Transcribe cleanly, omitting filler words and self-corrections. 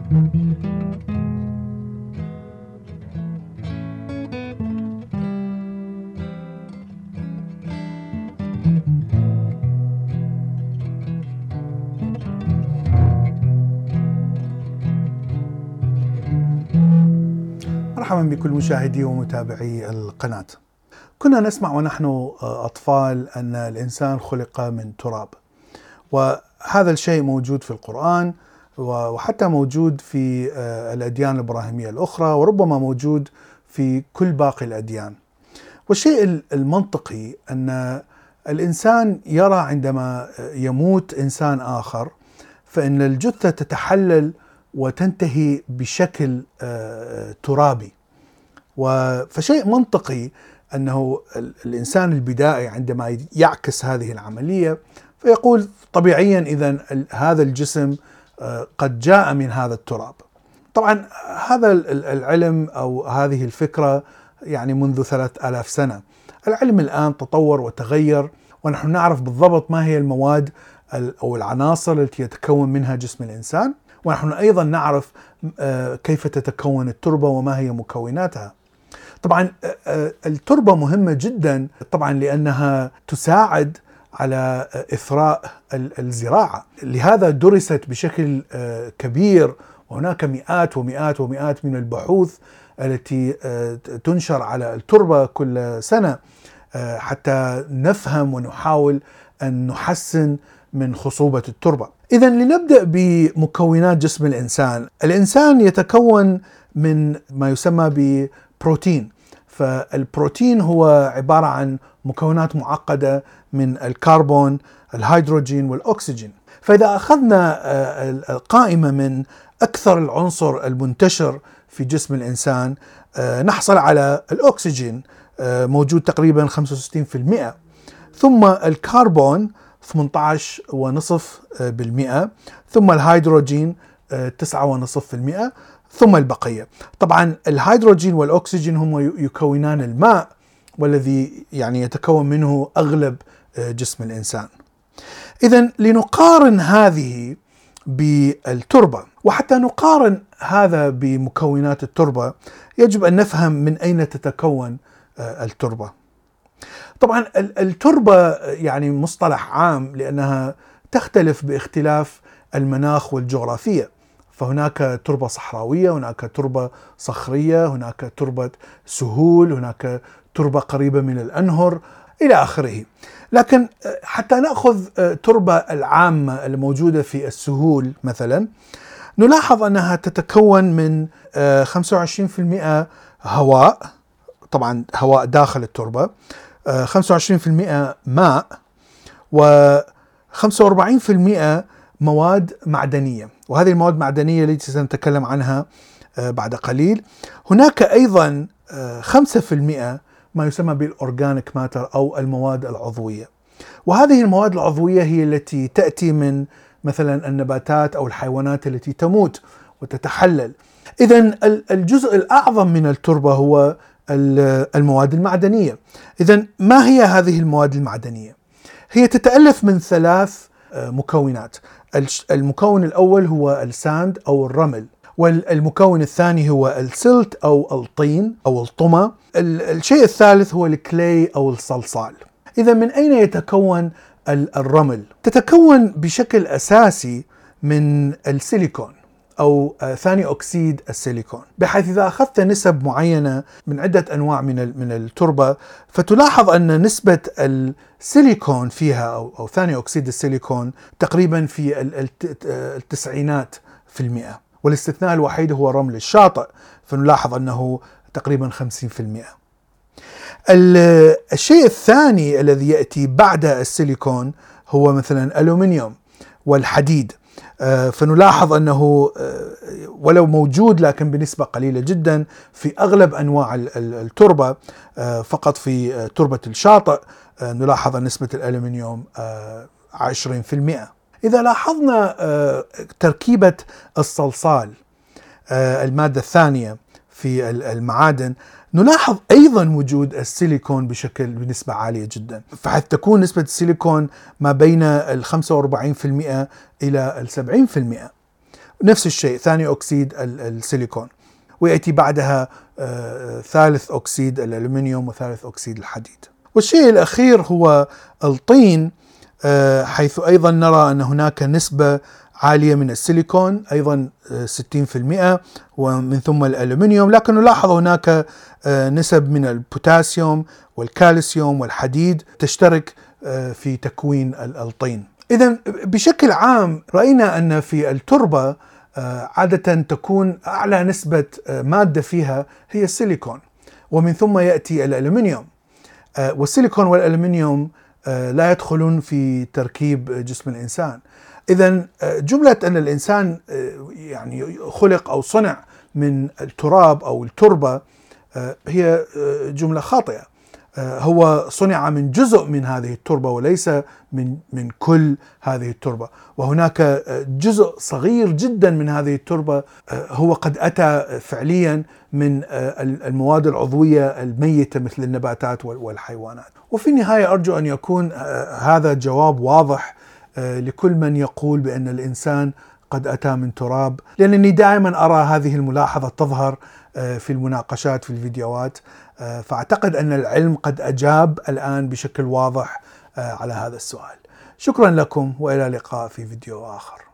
مرحبا بكل مشاهدي ومتابعي القناة. كنا نسمع ونحن أطفال أن الإنسان خلق من تراب، وهذا الشيء موجود في القرآن وحتى موجود في الأديان الإبراهيمية الأخرى، وربما موجود في كل باقي الأديان. والشيء المنطقي أن الإنسان يرى عندما يموت إنسان آخر فإن الجثة تتحلل وتنتهي بشكل ترابي. فشيء منطقي أنه الإنسان البدائي عندما يعكس هذه العملية فيقول طبيعيا إذن هذا الجسم قد جاء من هذا التراب. طبعا هذا العلم أو هذه الفكرة يعني منذ 3000 سنة. العلم الآن تطور وتغير، ونحن نعرف بالضبط ما هي المواد أو العناصر التي يتكون منها جسم الإنسان، ونحن أيضا نعرف كيف تتكون التربة وما هي مكوناتها. طبعا التربة مهمة جدا طبعا لأنها تساعد على إثراء الزراعة، لهذا درست بشكل كبير، وهناك مئات ومئات ومئات من البحوث التي تنشر على التربة كل سنة حتى نفهم ونحاول أن نحسن من خصوبة التربة. إذن لنبدأ بمكونات جسم الإنسان. الإنسان يتكون من ما يسمى ببروتين، فالبروتين هو عبارة عن مكونات معقدة من الكربون، الهيدروجين والأكسجين. فإذا أخذنا القائمة من أكثر العنصر المنتشر في جسم الإنسان نحصل على الأكسجين موجود تقريبا 65%، ثم الكربون 18.5%، ثم الهيدروجين 9.5%، ثم البقية. طبعا الهيدروجين والأكسجين هم يكونان الماء، والذي يعني يتكون منه أغلب جسم الإنسان. إذن لنقارن هذه بالتربة، وحتى نقارن هذا بمكونات التربة يجب أن نفهم من أين تتكون التربة. طبعا التربة يعني مصطلح عام لأنها تختلف باختلاف المناخ والجغرافية، فهناك تربة صحراوية، هناك تربة صخرية، هناك تربة سهول، هناك تربة قريبة من الأنهر إلى آخره. لكن حتى نأخذ تربة العامة الموجودة في السهول مثلا، نلاحظ أنها تتكون من 25% هواء، طبعا هواء داخل التربة، 25% ماء، و45% مواد معدنية، وهذه المواد المعدنية التي سنتكلم عنها بعد قليل. هناك أيضا 5% ما يسمى بالأورجانيك ماتر أو المواد العضوية، وهذه المواد العضوية هي التي تأتي من مثلا النباتات أو الحيوانات التي تموت وتتحلل. إذن الجزء الأعظم من التربة هو المواد المعدنية. إذن ما هي هذه المواد المعدنية؟ هي تتألف من 3 مكونات. المكون الأول هو الساند أو الرمل، والمكون الثاني هو السلت أو الطين أو الطمى، الشيء الثالث هو الكلي أو الصلصال. إذا من أين يتكون الرمل؟ تتكون بشكل أساسي من السيليكون أو ثاني أكسيد السيليكون، بحيث إذا أخذت نسب معينة من عدة أنواع من التربة فتلاحظ أن نسبة السيليكون فيها أو ثاني أكسيد السيليكون تقريبا في 90%، والاستثناء الوحيد هو الرمل الشاطئ، فنلاحظ أنه تقريبا 50%. الشيء الثاني الذي يأتي بعد السيليكون هو مثلا الألومنيوم والحديد، فنلاحظ أنه ولو موجود لكن بنسبة قليلة جدا في أغلب أنواع التربة، فقط في تربة الشاطئ نلاحظ نسبة الألومنيوم 20%. إذا لاحظنا تركيبة الصلصال المادة الثانية في المعادن، نلاحظ أيضا وجود السيليكون بنسبة عالية جدا، فحيث تكون نسبة السيليكون ما بين 45% إلى 70%. نفس الشيء ثاني أكسيد السيليكون، ويأتي بعدها ثالث أكسيد الألمنيوم وثالث أكسيد الحديد. والشيء الأخير هو الطين، حيث أيضا نرى أن هناك نسبة عالية من السيليكون أيضا 60% ومن ثم الألمنيوم، لكن نلاحظ هناك نسب من البوتاسيوم والكالسيوم والحديد تشترك في تكوين الطين. إذن بشكل عام رأينا أن في التربة عادة تكون أعلى نسبة مادة فيها هي السيليكون، ومن ثم يأتي الألمنيوم، والسيليكون والألمنيوم لا يدخلون في تركيب جسم الإنسان. إذن جملة أن الإنسان يعني خلق أو صنع من التراب أو التربة هي جملة خاطئة. هو صنع من جزء من هذه التربة وليس من كل هذه التربة، وهناك جزء صغير جدا من هذه التربة هو قد أتى فعليا من المواد العضوية الميتة مثل النباتات والحيوانات. وفي النهاية أرجو أن يكون هذا جواب واضح لكل من يقول بأن الإنسان قد أتى من تراب، لأنني دائما أرى هذه الملاحظة تظهر في المناقشات في الفيديوهات، فأعتقد أن العلم قد أجاب الآن بشكل واضح على هذا السؤال. شكرا لكم، وإلى اللقاء في فيديو آخر.